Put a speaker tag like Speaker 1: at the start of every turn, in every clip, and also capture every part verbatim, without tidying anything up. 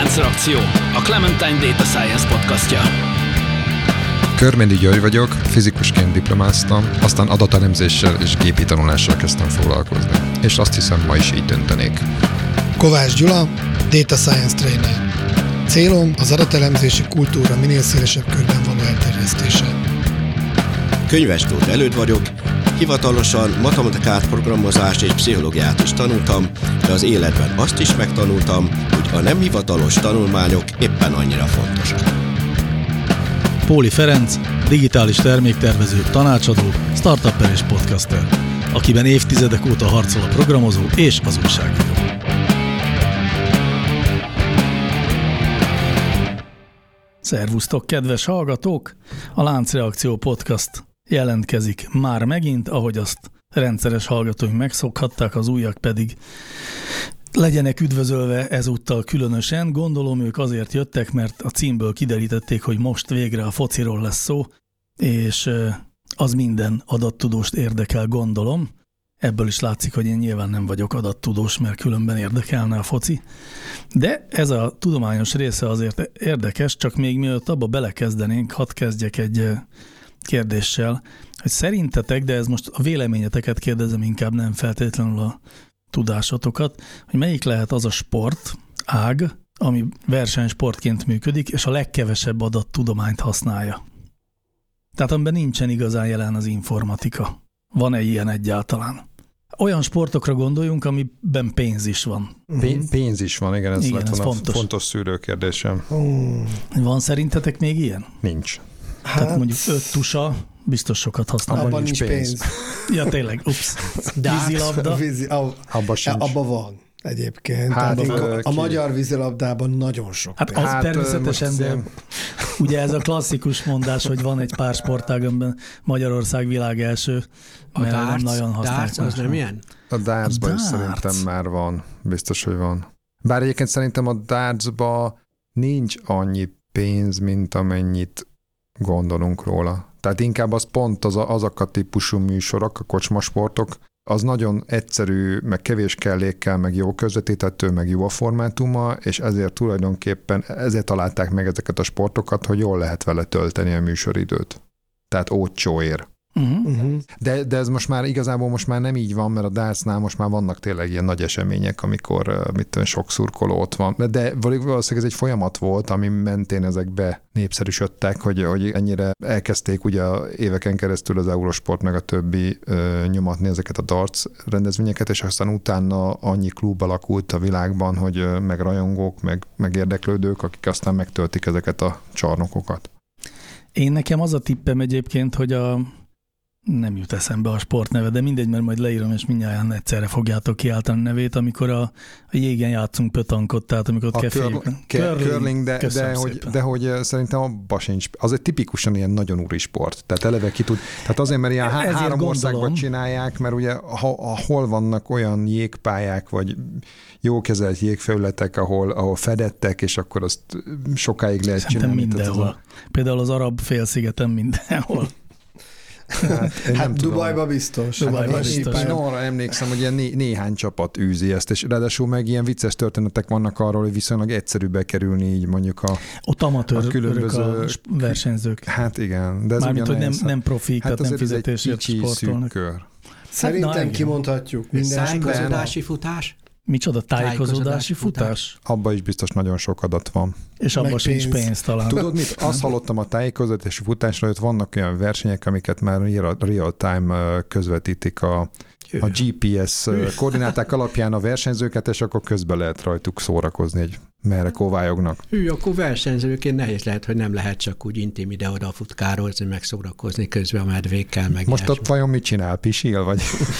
Speaker 1: Láncreakció, a Clementine Data Science podcastja.
Speaker 2: Körméndi György vagyok, fizikusként diplomáztam, aztán adatelemzéssel és gépi tanulással kezdtem foglalkozni. És azt hiszem, ma is így döntenék.
Speaker 3: Kovács Gyula, Data Science Trainer. Célom az adatelemzési kultúra minél szélesebb körben való elterjesztése.
Speaker 4: Könyves Tóth Előd vagyok, hivatalosan matematikát, programozást és pszichológiát is tanultam, de az életben azt is megtanultam, hogy a nem hivatalos tanulmányok éppen annyira fontosak.
Speaker 5: Póli Ferenc, digitális terméktervező, tanácsadó, startupper és podcaster, akiben évtizedek óta harcol a programozó és az újságíró. Szervusztok, kedves hallgatók! A Láncreakció podcast jelentkezik már megint, ahogy azt rendszeres hallgatóink megszokhatták, az újak pedig legyenek üdvözölve ezúttal különösen. Gondolom, ők azért jöttek, mert a címből kiderítették, hogy most végre a fociról lesz szó, és az minden adattudóst érdekel, gondolom. Ebből is látszik, hogy én nyilván nem vagyok adattudós, mert különben érdekelne a foci. De ez a tudományos része azért érdekes, csak még mielőtt abba belekezdenénk, hadd kezdjek egy kérdéssel, hogy szerintetek, de ez most a véleményeteket kérdezem, inkább nem feltétlenül a tudásotokat, hogy melyik lehet az a sport ág, ami versenysportként működik, és a legkevesebb adattudományt használja. Tehát amiben nincsen igazán jelen az informatika. Van-e ilyen egyáltalán? Olyan sportokra gondoljunk, amiben pénz is van.
Speaker 2: Pénz, pénz is van, igen, ez,
Speaker 3: igen, ez
Speaker 2: a
Speaker 3: fontos.
Speaker 2: fontos szűrőkérdésem.
Speaker 3: Hmm.
Speaker 5: Van szerintetek még ilyen?
Speaker 2: Nincs.
Speaker 3: Hát,
Speaker 5: Tehát mondjuk öt tusa, biztos sokat használ.
Speaker 3: abban
Speaker 2: Abban
Speaker 3: nincs
Speaker 2: nincs
Speaker 3: pénz.
Speaker 2: pénz.
Speaker 5: Ja, tényleg, ups. Vízilabda.
Speaker 3: Vízi, ab,
Speaker 2: Abban sincs.
Speaker 3: abban van egyébként.
Speaker 2: Hát,
Speaker 3: Hát,
Speaker 2: ö,
Speaker 3: a
Speaker 2: ki-
Speaker 3: magyar vízilabdában nagyon sok
Speaker 5: Hát
Speaker 3: pénz.
Speaker 5: az
Speaker 2: Hát,
Speaker 5: természetesen,
Speaker 2: most
Speaker 5: de
Speaker 2: én-
Speaker 5: ugye ez a klasszikus mondás, hogy van egy pár sportág, amiben Magyarország világ első,
Speaker 6: A
Speaker 5: mert
Speaker 6: darts,
Speaker 5: nem nagyon használják.
Speaker 6: darts, az nem ilyen?
Speaker 2: A dartsban is
Speaker 5: darts.
Speaker 2: szerintem már van. Biztos, hogy van. Bár egyébként szerintem a dartsban nincs annyi pénz, mint amennyit gondolunk róla. Tehát inkább az pont az a, azok a típusú műsorok, a kocsmasportok, az nagyon egyszerű, meg kevés kellékkel, meg jó közvetítető, meg jó a formátuma, és ezért tulajdonképpen ezért találták meg ezeket a sportokat, hogy jól lehet vele tölteni a műsoridőt. Tehát olcsóért.
Speaker 5: Uh-huh.
Speaker 3: Uh-huh.
Speaker 2: De, de ez most már igazából most már nem így van, mert a dartsnál most már vannak tényleg ilyen nagy események, amikor uh, mit tudom, sok szurkoló ott van. De valószínűleg ez egy folyamat volt, ami mentén ezek be népszerűsödtek, hogy, hogy ennyire elkezdték ugye éveken keresztül az Eurosport meg a többi uh, nyomatni ezeket a darts rendezvényeket, és aztán utána annyi klub alakult a világban, hogy uh, meg rajongók, meg, meg érdeklődők, akik aztán megtöltik ezeket a csarnokokat.
Speaker 5: Én nekem az a tippem egyébként, hogy a nem jut eszembe a sportneve, de mindegy, mert majd leírom, és mindjárt egyszerre fogjátok kiáltani nevét, amikor a, a jégen játszunk pötankot, tehát amikor ott
Speaker 2: A
Speaker 5: keféljük.
Speaker 2: curling, curling, de,
Speaker 5: Köszönöm
Speaker 2: de, hogy,
Speaker 5: szépen.
Speaker 2: de hogy szerintem abban sincs. Az egy tipikusan ilyen nagyon úri sport. Tehát eleve ki tud. Tehát azért, mert ilyen há-
Speaker 5: Ezért
Speaker 2: három
Speaker 5: gondolom.
Speaker 2: országban csinálják, mert ugye ha, hol vannak olyan jégpályák, vagy jó kezelt jégfelületek, ahol, ahol fedettek, és akkor azt sokáig lehet
Speaker 5: Szerintem
Speaker 2: csinálni. Tehát
Speaker 5: mindenhol.
Speaker 2: az a-
Speaker 5: Például az arab félszigeten mindenhol.
Speaker 2: Hát, én nem
Speaker 3: Hát
Speaker 2: tudom.
Speaker 3: Dubajba biztos.
Speaker 5: Dubajba
Speaker 3: Hát,
Speaker 5: biztos.
Speaker 3: én-
Speaker 2: Én arra emlékszem, hogy ilyen né- néhány csapat űzi ezt, és ráadásul meg ilyen vicces történetek vannak arról, hogy viszonylag egyszerű bekerülni így mondjuk a...
Speaker 5: Ott amatőrök
Speaker 2: A különböző-
Speaker 5: a sp- versenyzők.
Speaker 2: Hát igen. De ez
Speaker 5: Mármint, hogy nem,
Speaker 2: ugyanez.
Speaker 5: nem profik,
Speaker 2: Hát
Speaker 5: tehát nem
Speaker 2: azért ez egy
Speaker 5: fizetésért
Speaker 2: kicsi szűk
Speaker 5: sportolnak.
Speaker 2: kör.
Speaker 3: Szerintem
Speaker 5: Hát, na, igen.
Speaker 3: kimondhatjuk. Minden sport.
Speaker 6: Tájékozódási futás?
Speaker 5: Micsoda tájékozódási
Speaker 6: Tájékozódási
Speaker 5: futás?
Speaker 2: Abban is biztos nagyon sok adat van.
Speaker 5: És
Speaker 3: Meg
Speaker 5: abban sincs
Speaker 3: pénz.
Speaker 5: pénz talán.
Speaker 2: Tudod mit? Azt hallottam a tájékozódási futásról, hogy vannak olyan versenyek, amiket már real-time közvetítik a, a gé pé es koordináták alapján a versenyzőket, és akkor közben lehet rajtuk szórakozni, hogy merre kovályognak.
Speaker 6: Hű, akkor versenyzőként nehéz lehet, hogy nem lehet csak úgy intim ide-oda futkározni, meg szórakozni közben a medvékkel, meg
Speaker 2: Most
Speaker 6: ilyesmi.
Speaker 2: ott vajon mit csinál? Pisil, vagy?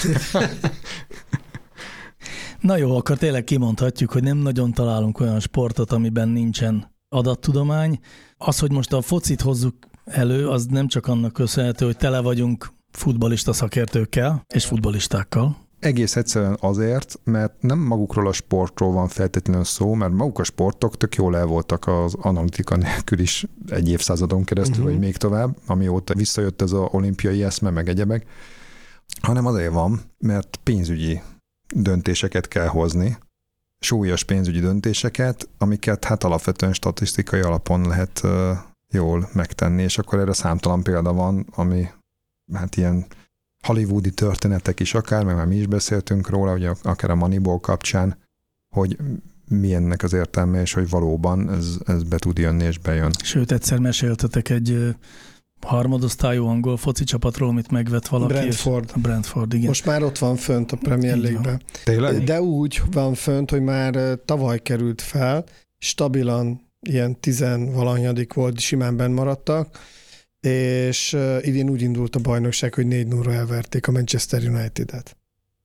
Speaker 5: Na jó, akkor tényleg kimondhatjuk, hogy nem nagyon találunk olyan sportot, amiben nincsen adattudomány. Az, hogy most a focit hozzuk elő, az nem csak annak köszönhető, hogy tele vagyunk futballista szakértőkkel és futballistákkal.
Speaker 2: Egész egyszerűen azért, mert nem magukról a sportról van feltétlenül szó, mert maguk a sportok tök jól el voltak az analitika nélkül is egy évszázadon keresztül, uh-huh. vagy még tovább, amióta visszajött ez az olimpiai eszme, meg egyebek, hanem azért van, mert pénzügyi döntéseket kell hozni, súlyos pénzügyi döntéseket, amiket hát alapvetően statisztikai alapon lehet uh, jól megtenni, és akkor erre számtalan példa van, ami hát ilyen hollywoodi történetek is akár, meg már mi is beszéltünk róla, ugye akár a Moneyball kapcsán, hogy mi ennek az értelme, és hogy valóban ez, ez be tud jönni, és bejön.
Speaker 5: Sőt, egyszer meséltetek egy harmadosztályú angol foci csapatról, amit megvett valaki.
Speaker 3: Brentford.
Speaker 5: A Brentford, igen.
Speaker 3: Most már ott van fönt a Premier League-ben.
Speaker 2: Tényleg?
Speaker 3: De úgy van fönt, hogy már tavaly került fel, stabilan ilyen tizenvalanyadik volt, simán benn maradtak, és idén úgy indult a bajnokság, hogy négy nulla elverték a Manchester United-et.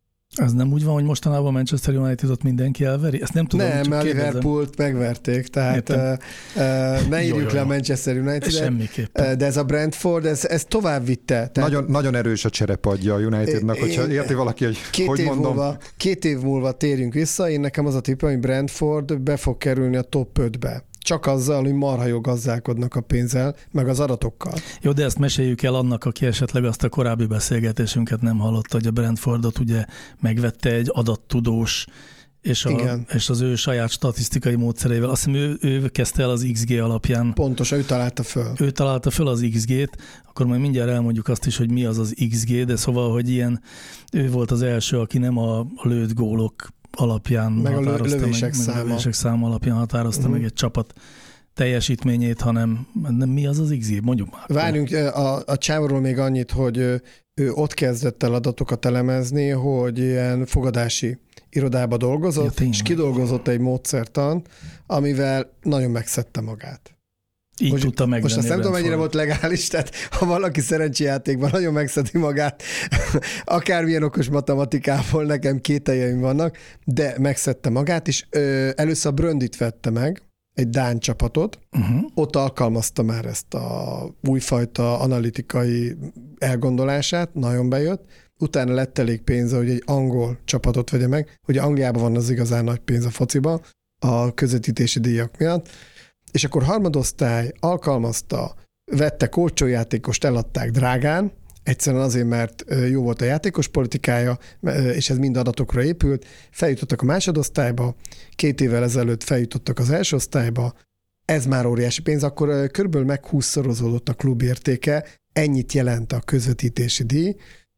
Speaker 5: Ez nem úgy van, hogy mostanában a Manchester United-ot mindenki elveri? Ezt nem tudom.
Speaker 3: Nem, a Liverpoolt megverték, tehát uh, uh, ne írjuk jó, le a Manchester United-et.
Speaker 5: Semmiképpen.
Speaker 3: De ez a Brentford, ez, ez tovább vitte. Tehát
Speaker 2: nagyon, nagyon erős a cserepadja a Unitednak, é, hogyha érti valaki, hogy
Speaker 3: két
Speaker 2: hogy
Speaker 3: év
Speaker 2: mondom.
Speaker 3: Múlva, két év múlva térjünk vissza, én nekem az a tippem, hogy Brentford be fog kerülni a top ötbe. Csak azzal, hogy marha jó gazdálkodnak a pénzzel, meg az adatokkal.
Speaker 5: Jó, de ezt meséljük el annak, aki esetleg azt a korábbi beszélgetésünket nem hallotta, hogy a Brentfordot ugye megvette egy adattudós, és, a, és az ő saját statisztikai módszereivel. Azt hiszem, ő, ő kezdte el az iksz gé alapján.
Speaker 3: Pontosan, ő találta föl.
Speaker 5: Ő találta föl az iksz gét, akkor majd mindjárt elmondjuk azt is, hogy mi az az iksz gé, de szóval, hogy ilyen, ő volt az első, aki nem a lőtt gólok alapján
Speaker 3: meg
Speaker 5: határozta
Speaker 3: a lövések
Speaker 5: meg,
Speaker 3: száma.
Speaker 5: meg a lövések száma alapján határozta uh-huh. meg egy csapat teljesítményét, hanem nem, mi az az iksz gé? Mondjuk már.
Speaker 3: Várjunk, a, a csávról még annyit, hogy ő ott kezdett el adatokat elemezni, hogy ilyen fogadási irodába dolgozott, ja, és kidolgozott egy módszertan, amivel nagyon megszedte magát.
Speaker 5: Így
Speaker 3: most,
Speaker 5: tudta megvenni.
Speaker 3: Most azt nem tudom, mennyire volt legális, tehát ha valaki szerencséjátékban nagyon megszedi magát, akármilyen okos matematikából nekem kételjeim vannak, de megszedte magát, és ö, először a Bröndit vette meg, egy dán csapatot, uh-huh. ott alkalmazta már ezt a újfajta analitikai elgondolását, nagyon bejött, utána lett elég pénze, hogy egy angol csapatot vegye meg, hogy Angliában van az igazán nagy pénz a fociba, a közvetítési díjak miatt, és akkor harmadosztály alkalmazta, vette kócsoljátékost, eladták drágán, egyszerűen azért, mert jó volt a játékos politikája, és ez mind adatokra épült, feljutottak a másodosztályba, két évvel ezelőtt feljutottak az első osztályba, ez már óriási pénz, akkor körülbelül meghúszszorozódott a klub értéke, ennyit jelent a közvetítési díj,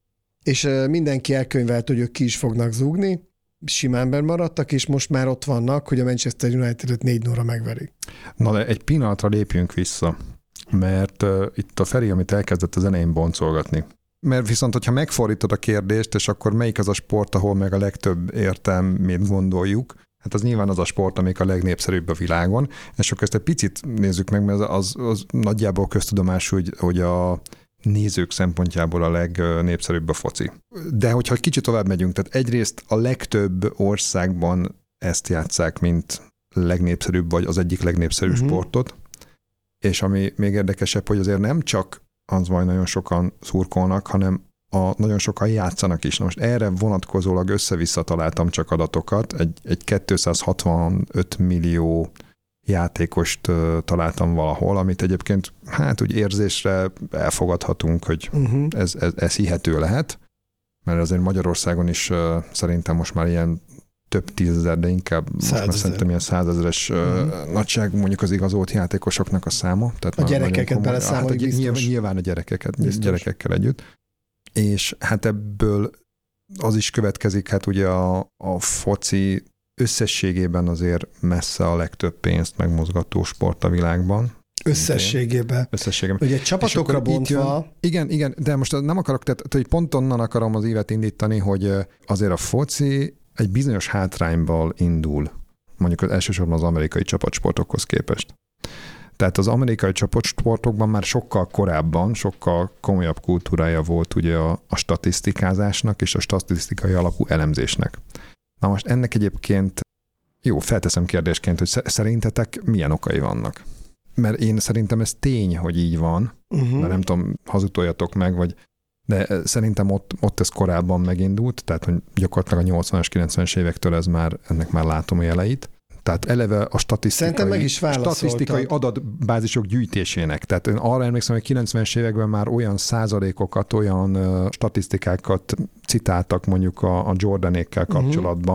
Speaker 3: és mindenki elkönyvelt, hogy ők ki is fognak zúgni, simán benn maradtak, és most már ott vannak, hogy a Manchester United-et négy nulla megverik.
Speaker 2: Na de egy pillanatra lépjünk vissza, mert uh, itt a Feri, amit elkezdett az elején boncolgatni. Mert viszont, hogyha megfordítod a kérdést, és akkor melyik az a sport, ahol meg a legtöbb értelmét gondoljuk, hát az nyilván az a sport, amik a legnépszerűbb a világon, és akkor ezt egy picit nézzük meg, mert az, az nagyjából köztudomás, hogy, hogy a nézők szempontjából a legnépszerűbb a foci. De hogyha kicsit tovább megyünk, tehát egyrészt a legtöbb országban ezt játsszák, mint legnépszerűbb, vagy az egyik legnépszerűbb uh-huh. sportot, és ami még érdekesebb, hogy azért nem csak az van, nagyon sokan szurkolnak, hanem a, nagyon sokan játszanak is. Na most erre vonatkozólag össze-vissza találtam csak adatokat, egy, egy kétszázhatvanöt millió játékost uh, találtam valahol, amit egyébként hát úgy érzésre elfogadhatunk, hogy uh-huh. ez, ez, ez hihető lehet, mert azért Magyarországon is uh, szerintem most már ilyen több tízezer, de inkább most már szerintem ilyen százezeres uh-huh. nagyság mondjuk az igazolt játékosoknak a száma. Tehát
Speaker 3: a gyerekeket beleszámoljuk hát,
Speaker 2: biztos. Nyilván a gyerekeket, biztos. gyerekekkel együtt. És hát ebből az is következik, hát ugye a, a foci összességében azért messze a legtöbb pénzt megmozgató sport a világban.
Speaker 3: Összességében.
Speaker 2: Összességében.
Speaker 3: Ugye csapatokra bontva.
Speaker 2: Jön, igen, igen, de most nem akarok, tehát hogy pont onnan akarom az évet indítani, hogy azért a foci egy bizonyos hátrányból indul, mondjuk az elsősorban az amerikai csapatsportokhoz képest. Tehát az amerikai csapatsportokban már sokkal korábban, sokkal komolyabb kultúrája volt ugye a, a statisztikázásnak és a statisztikai alapú elemzésnek. Na most ennek egyébként, jó, felteszem kérdésként, hogy szerintetek milyen okai vannak? Mert én szerintem ez tény, hogy így van, uh-huh. de nem tudom, hazudoljatok meg, vagy de szerintem ott, ott ez korábban megindult, tehát hogy gyakorlatilag a nyolcvanas, kilencvenes évektől ez már, ennek már látom a jeleit. Tehát eleve a statisztikai,
Speaker 3: meg is
Speaker 2: statisztikai adatbázisok gyűjtésének. Tehát én arra emlékszem, hogy kilencvenes években már olyan százalékokat, olyan uh, statisztikákat citáltak mondjuk a, a Jordanékkel kapcsolatban, uh-huh.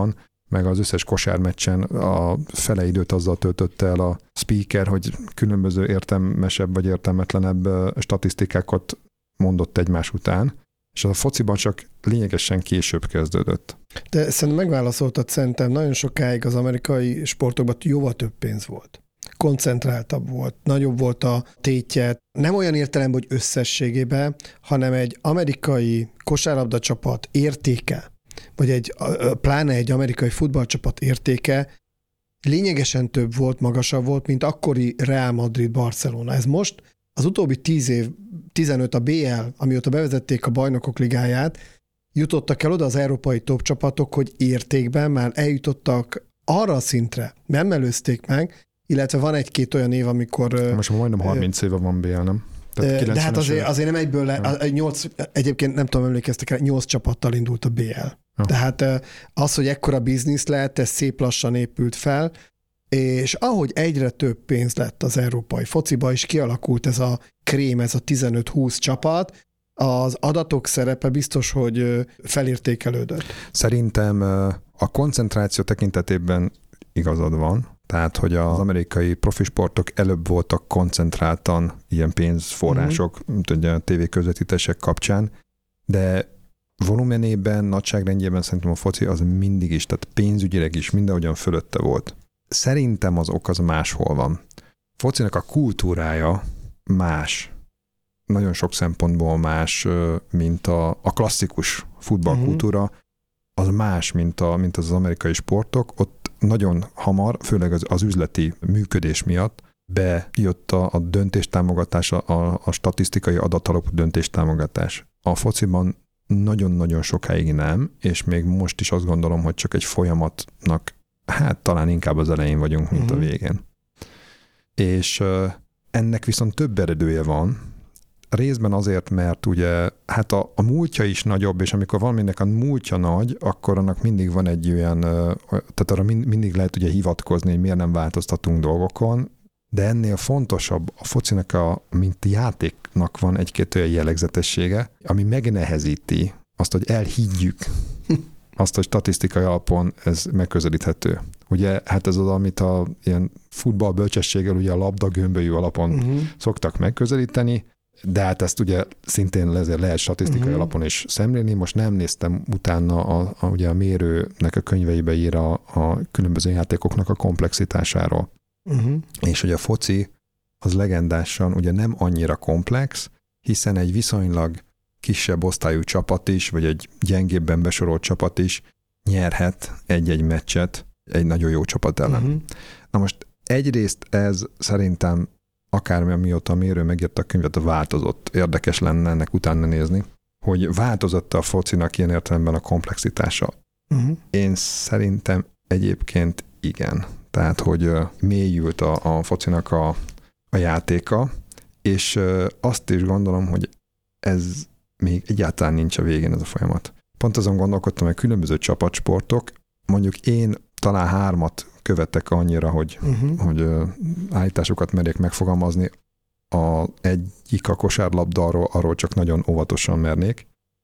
Speaker 2: meg az összes kosármeccsen a fele időt azzal töltötte el a speaker, hogy különböző értelmesebb vagy értelmetlenebb statisztikákat mondott egymás után, és az a fociban csak lényegesen később kezdődött.
Speaker 3: De szerintem megválaszoltad, szerintem nagyon sokáig az amerikai sportokban jóval több pénz volt. Koncentráltabb volt, nagyobb volt a tétje. Nem olyan értelemben, hogy összességében, hanem egy amerikai kosárlabda csapat értéke, vagy egy, pláne egy amerikai futballcsapat értéke lényegesen több volt, magasabb volt, mint akkori Real Madrid, Barcelona. Ez most az utóbbi tíz év, tizenöt a bé el, amióta bevezették a Bajnokok Ligáját, jutottak el oda az európai top csapatok, hogy értékben már eljutottak arra a szintre, nem előzték meg, illetve van egy-két olyan év, amikor...
Speaker 2: Most majdnem harminc éve van bé el, nem?
Speaker 3: Tehát de hát azért, azért nem egyből, le, nyolc, egyébként nem tudom, emlékeztek rá, nyolc csapattal indult a bé el. Ja. Tehát az, hogy ekkora biznisz lett, ez szép lassan épült fel, és ahogy egyre több pénz lett az európai fociba, és kialakult ez a krém, ez a tizenöt-húsz csapat, az adatok szerepe biztos, hogy felértékelődött.
Speaker 2: Szerintem a koncentráció tekintetében igazad van, tehát, hogy az amerikai profi sportok előbb voltak koncentráltan ilyen pénzforrások, mm-hmm. mint ugye a tévéközvetítések kapcsán, de volumenében, nagyságrendjében szerintem a foci az mindig is, tehát pénzügyileg is mindenhogyan fölötte volt. Szerintem az ok az máshol van. Focinak a kultúrája más, nagyon sok szempontból más, mint a, a klasszikus futballkultúra, mm-hmm. az más, mint, a, mint az amerikai sportok. Ott nagyon hamar, főleg az, az üzleti működés miatt bejött a, a döntéstámogatás, a, a statisztikai adatalapú döntéstámogatás. A fociban nagyon-nagyon sokáig nem, és még most is azt gondolom, hogy csak egy folyamatnak, hát talán inkább az elején vagyunk, mint uh-huh. a végén. És uh, ennek viszont több eredője van, részben azért, mert ugye hát a, a múltja is nagyobb, és amikor valaminek a múltja nagy, akkor annak mindig van egy olyan, tehát arra mind, mindig lehet ugye hivatkozni, hogy miért nem változtatunk dolgokon, de ennél fontosabb a focinak, a, mint játéknak van egy-két olyan jellegzetessége, ami megnehezíti azt, hogy elhiggyük azt, hogy statisztikai alapon ez megközelíthető. Ugye, hát ez az, amit a ilyen futballbölcsességgel ugye a labda gömbölyű alapon uh-huh. szoktak megközelíteni, de hát ezt ugye szintén lehet statisztikai uh-huh. alapon is szemlélni. Most nem néztem utána a, a, ugye a mérőnek a könyveibe ír a, a különböző játékoknak a komplexitásáról. Uh-huh. És hogy a foci az legendásan ugye nem annyira komplex, hiszen egy viszonylag kisebb osztályú csapat is, vagy egy gyengébben besorolt csapat is nyerhet egy-egy meccset egy nagyon jó csapat ellen. Uh-huh. Na most egyrészt ez szerintem akármi, amióta a mérő megírta a könyvet, változott. Érdekes lenne ennek utána nézni, hogy változott a focinak ilyen értelemben a komplexitása. Uh-huh. Én szerintem egyébként igen. Tehát, hogy mélyült a, a focinak a, a játéka, és azt is gondolom, hogy ez még egyáltalán nincs a végén ez a folyamat. Pont azon gondolkodtam, hogy különböző csapatsportok, mondjuk én talán hármat követek annyira, hogy, uh-huh. hogy állításokat merjék megfogalmazni. A egyik a kosárlabda, arról, arról csak nagyon óvatosan mernék.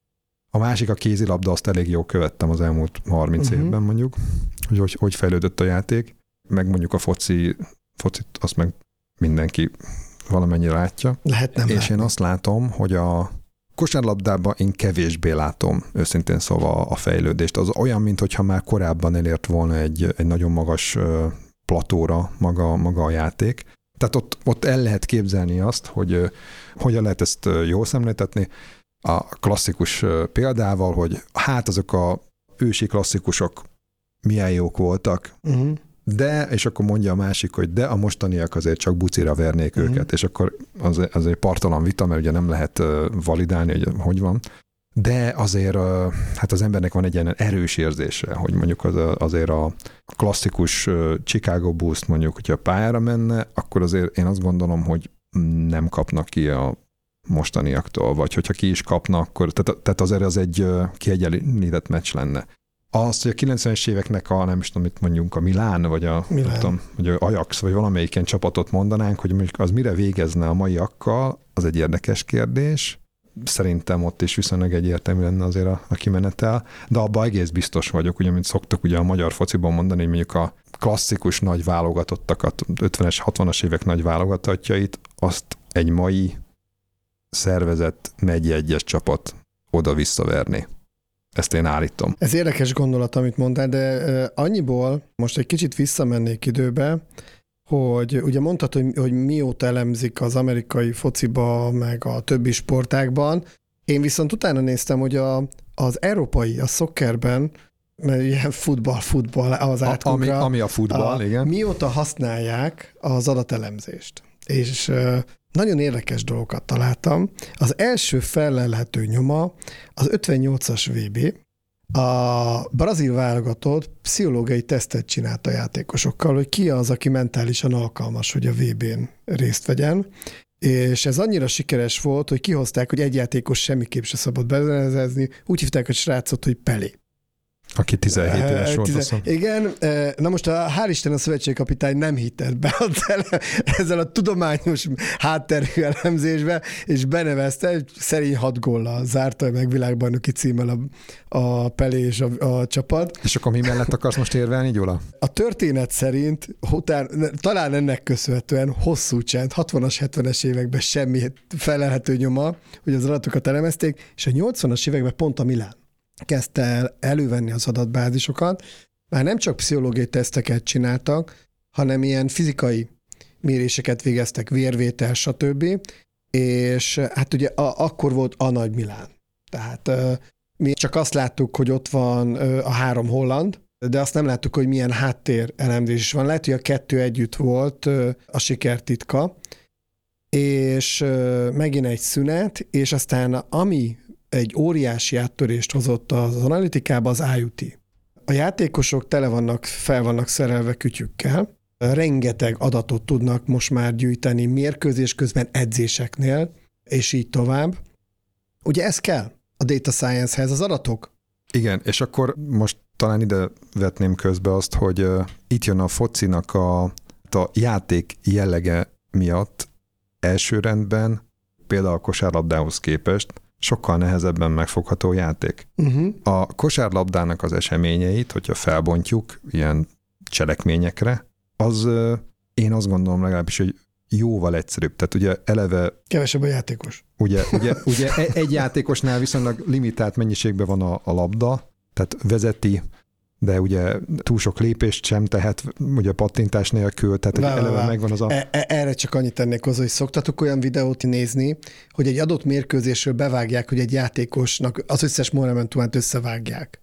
Speaker 2: A másik a kézilabda, azt elég jól követtem az elmúlt harminc uh-huh. évben mondjuk, hogy, hogy hogy fejlődött a játék, meg mondjuk a foci, focit azt meg mindenki valamennyire látja.
Speaker 3: Lehet nem
Speaker 2: És
Speaker 3: látni.
Speaker 2: Én azt látom, hogy a kosárlabdában én kevésbé látom, őszintén szóval a fejlődést. Az olyan, mintha már korábban elért volna egy, egy nagyon magas platóra maga, maga a játék. Tehát ott, ott el lehet képzelni azt, hogy hogyan lehet ezt jól szemléltetni a klasszikus példával, hogy hát azok a ősi klasszikusok milyen jók voltak, uh-huh. de, és akkor mondja a másik, hogy de a mostaniak azért csak bucira vernék uh-huh. őket, és akkor az, az egy partalan vita, mert ugye nem lehet validálni, hogy hogy van, de azért hát az embernek van egy ilyen erős érzése, hogy mondjuk az, azért a klasszikus Chicago Bulls mondjuk, hogyha pályára menne, akkor azért én azt gondolom, hogy nem kapnak ki a mostaniaktól, vagy hogyha ki is kapna, akkor tehát, tehát azért az egy kiegyenlített meccs lenne. Azt, hogy a kilencvenes éveknek a, nem is tudom, mit mondjunk, a Milán, vagy a
Speaker 3: Milán.
Speaker 2: Nem tudom, vagy a Ajax, vagy valamelyik ilyen csapatot mondanánk, hogy mondjuk az mire végezne a maiakkal, az egy érdekes kérdés, szerintem ott is viszonylag egyértelmű lenne azért a, a kimenetel, de abban egész biztos vagyok, ugye, mint szoktuk ugye a magyar fociban mondani, hogy mondjuk a klasszikus nagy válogatottakat, ötvenes, hatvanas évek nagy válogatottjait, azt egy mai szervezett megye egyes csapat oda visszaverni. Ezt én állítom.
Speaker 3: Ez érdekes gondolat, amit mondtál, de annyiból most egy kicsit visszamennék időbe, hogy ugye mondtad, hogy, hogy mióta elemzik az amerikai fociba, meg a többi sportákban. Én viszont utána néztem, hogy a, az európai, a szokkerben, mert ilyen futball, futball az átkunkra.
Speaker 2: Ami, ami a futball, a, igen.
Speaker 3: Mióta használják az adatelemzést. És nagyon érdekes dolgokat találtam. Az első fellelhető nyoma az ötvennyolcas vé bé. A brazil válogatott pszichológiai tesztet csinált a játékosokkal, hogy ki az, aki mentálisan alkalmas, hogy a vé bén részt vegyen. És ez annyira sikeres volt, hogy kihozták, hogy egy játékos semmiképp se szabad benevezni. Úgy hívták a srácot, hogy Pelé.
Speaker 2: Aki tizenhét éves volt.
Speaker 3: Tizen... Igen, na most a, hál' Isten a szövetségkapitány nem hittett be ezzel a tudományos hátterű elemzésbe, és benevezte, szerény hat góllal zárta meg világbajnoki címmel a, a Pelé és a, a csapat.
Speaker 2: És akkor mi mellett akarsz most érvelni, Gyula?
Speaker 3: A történet szerint, után, talán ennek köszönhetően hosszú csend, hatvanas, hetvenes években semmi felelhető nyoma, hogy az adatokat elemezték, és a nyolcvanas években pont a Milán kezdte el elővenni az adatbázisokat, már nem csak pszichológiai teszteket csináltak, hanem ilyen fizikai méréseket végeztek, vérvétel, stb. És hát ugye a, akkor volt a nagy Milán. Tehát mi csak azt láttuk, hogy ott van a három holland, de azt nem láttuk, hogy milyen háttér elemzés is van. Lehet, hogy a kettő együtt volt a siker titka, és megint egy szünet, és aztán ami egy óriási áttörést hozott az analitikába, az i u té. A játékosok tele vannak, fel vannak szerelve kütyükkel, rengeteg adatot tudnak most már gyűjteni mérkőzés közben edzéseknél, és így tovább. Ugye ez kell a data science-hez, az adatok.
Speaker 2: Igen, és akkor most talán ide vetném közbe azt, hogy uh, itt jön a focinak a, a játék jellege miatt első rendben, például a kosárlabdához képest, sokkal nehezebben megfogható játék. Uh-huh. A kosárlabdának az eseményeit, hogyha felbontjuk ilyen cselekményekre, az én azt gondolom legalábbis, hogy jóval egyszerűbb. Tehát ugye eleve...
Speaker 3: Kevesebb a játékos.
Speaker 2: Ugye, ugye, ugye egy játékosnál viszonylag limitált mennyiségben van a, a labda, tehát vezeti, de ugye túl sok lépést sem tehet, ugye pattintás nélkül, tehát vá, eleve vá. megvan az a...
Speaker 3: E- erre csak annyit tennék hozzá, hogy szoktatok olyan videót nézni, hogy egy adott mérkőzésről bevágják, hogy egy játékosnak az összes momentumát összevágják.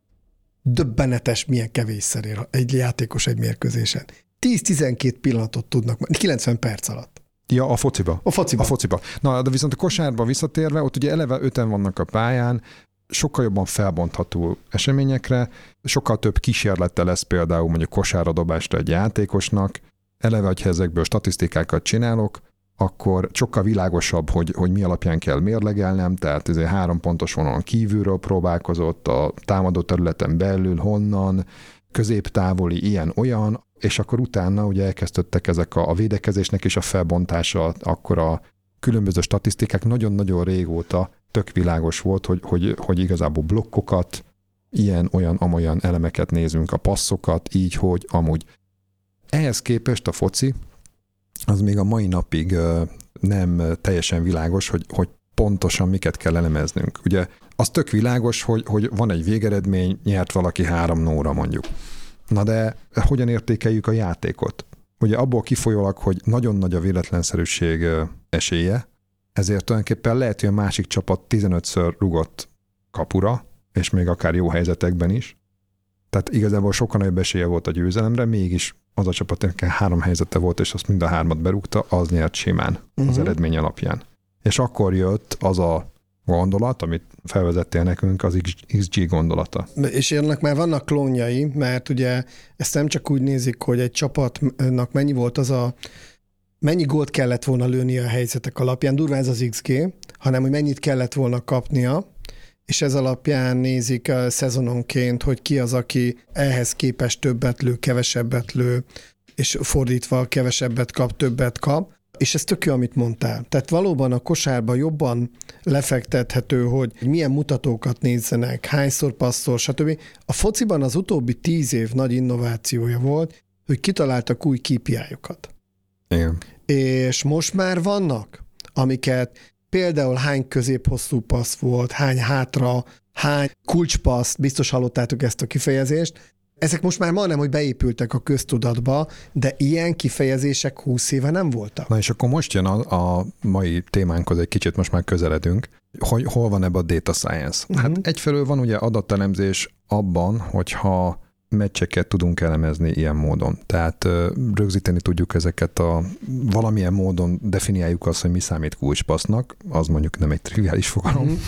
Speaker 3: Döbbenetes, milyen kevésszer ér egy játékos egy mérkőzésen. tíz-tizenkét pillanatot tudnak, kilencven perc alatt.
Speaker 2: Ja, a fociba.
Speaker 3: A fociba.
Speaker 2: A fociba. Na, de viszont a kosárba visszatérve, ott ugye eleve öten vannak a pályán, sokkal jobban felbontható eseményekre, sokkal több kísérlete lesz például mondjuk kosáradobásra egy játékosnak, eleve, hogyha ezekből statisztikákat csinálok, akkor sokkal világosabb, hogy, hogy mi alapján kell mérlegelnem, tehát ezért három pontos vonalon kívülről próbálkozott, a támadó területen belül, honnan, középtávoli, ilyen-olyan, és akkor utána ugye elkezdődtek ezek a, a védekezésnek és a felbontása, akkor a különböző statisztikák nagyon-nagyon régóta tök világos volt, hogy, hogy, hogy igazából blokkokat, ilyen, olyan, amolyan elemeket nézünk, a passzokat, így, hogy amúgy. Ehhez képest a foci, az még a mai napig nem teljesen világos, hogy, hogy pontosan miket kell elemeznünk. Ugye az tök világos, hogy, hogy van egy végeredmény, nyert valaki három nóra mondjuk. Na de hogyan értékeljük a játékot? Ugye abból kifolyólag, hogy nagyon nagy a véletlenszerűség esélye, ezért tulajdonképpen lehet, hogy a másik csapat tizenötször rugott kapura, és még akár jó helyzetekben is. Tehát igazából sokkal nagyobb esélye volt a győzelemre, mégis az a csapat, akinek három helyzete volt, és azt mind a hármat berúgta, az nyert simán uh-huh. az eredmény alapján. És akkor jött az a gondolat, amit felvezettél nekünk, az iksz gé gondolata.
Speaker 3: És ennek már vannak klónjai, mert ugye ezt nem csak úgy nézik, hogy egy csapatnak mennyi volt az a mennyi gólt kellett volna lőni a helyzetek alapján, durván ez az iksz gé, hanem hogy mennyit kellett volna kapnia, és ez alapján nézik a szezononként, hogy ki az, aki ehhez képest többet lő, kevesebbet lő, és fordítva kevesebbet kap, többet kap. És ez tök jó, amit mondtál. Tehát valóban a kosárban jobban lefektethető, hogy milyen mutatókat nézzenek, hányszor passzol, stb. A fociban az utóbbi tíz év nagy innovációja volt, hogy kitaláltak új ká pé í-okat.
Speaker 2: Igen.
Speaker 3: És most már vannak, amiket például hány középhosszú passz volt, hány hátra, hány kulcspassz, biztos hallottátok ezt a kifejezést. Ezek most már majdnem, hogy beépültek a köztudatba, de ilyen kifejezések húsz éve nem voltak.
Speaker 2: Na és akkor most jön a, a mai témánkhoz egy kicsit, most már közeledünk, hogy hol van ebbe a data science. Hát uh-huh. egyfelől van ugye adatelemzés abban, hogyha meccseket tudunk elemezni ilyen módon. Tehát rögzíteni tudjuk ezeket a valamilyen módon definiáljuk azt, hogy mi számít kulcspassznak, az mondjuk nem egy triviális fogalom.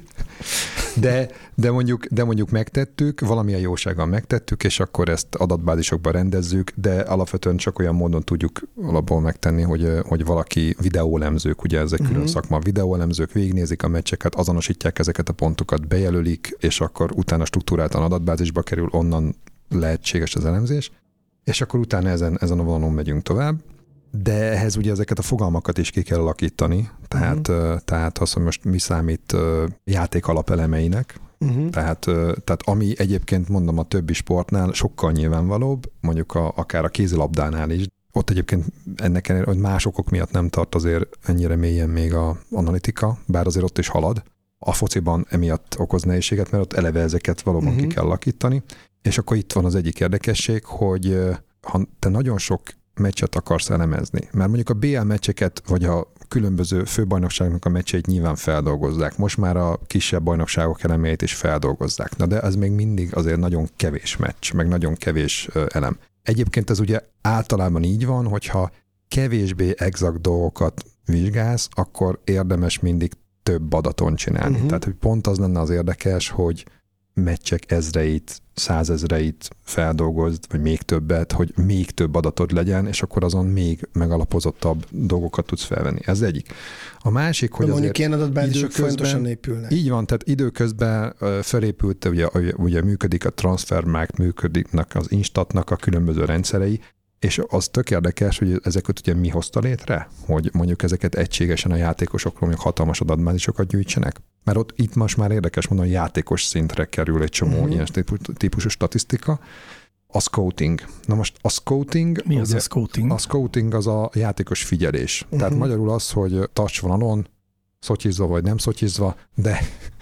Speaker 2: De, de, mondjuk, de mondjuk megtettük, valamilyen jósággal megtettük, és akkor ezt adatbázisokba rendezzük, de alapvetően csak olyan módon tudjuk alapból megtenni, hogy, hogy valaki videóelemzők, ugye ez egy külön uh-huh. szakma, videóelemzők végignézik a meccseket, azonosítják ezeket a pontokat, bejelölik, és akkor utána struktúráltan adatbázisba kerül, onnan lehetséges az elemzés, és akkor utána ezen, ezen a vonalon megyünk tovább, de ehhez ugye ezeket a fogalmakat is ki kell alakítani, tehát, uh-huh. tehát az, hogy most mi számít játék alapelemeinek, uh-huh. tehát, tehát ami egyébként mondom a többi sportnál sokkal nyilvánvalóbb, mondjuk a, akár a kézilabdánál is, ott egyébként ennek ellenére, hogy más okok miatt nem tart azért ennyire mélyen még a analitika, bár azért ott is halad. A fociban emiatt okoz nehézséget, mert ott eleve ezeket valóban uh-huh. ki kell alakítani, és akkor itt van az egyik érdekesség, hogy ha te nagyon sok meccset akarsz elemezni, mert mondjuk a bé el meccseket, vagy a különböző főbajnokságnak a meccseit nyilván feldolgozzák. Most már a kisebb bajnokságok elemeit is feldolgozzák. Na de ez még mindig azért nagyon kevés meccs, meg nagyon kevés elem. Egyébként ez ugye általában így van, hogyha kevésbé exakt dolgokat vizsgálsz, akkor érdemes mindig több adaton csinálni. Uh-huh. Tehát hogy pont az lenne az érdekes, hogy meccsek ezreit, százezreit feldolgozd, vagy még többet, hogy még több adatod legyen, és akkor azon még megalapozottabb dolgokat tudsz felvenni. Ez egyik. A másik, hogy
Speaker 3: mondjuk
Speaker 2: azért
Speaker 3: ilyen adatbázisok fontosan épülnek.
Speaker 2: Így van, tehát időközben felépült, ugye, ugye működik a Transfermarkt, működnek az Instatnak a különböző rendszerei, és az tök érdekes, hogy ezeket ugye mi hozta létre, hogy mondjuk ezeket egységesen a játékosokról mondjuk hatalmas adatbázisokat gyűjtsenek. Mert ott itt most már érdekes mondani, hogy játékos szintre kerül egy csomó uh-huh. ilyen típusú statisztika. A scouting. Na most a scouting...
Speaker 5: Mi az
Speaker 2: ugye,
Speaker 5: a scouting?
Speaker 2: A scouting az a játékos figyelés. Uh-huh. Tehát magyarul az, hogy touch vonalon, szotyizva vagy nem szotyizva, de,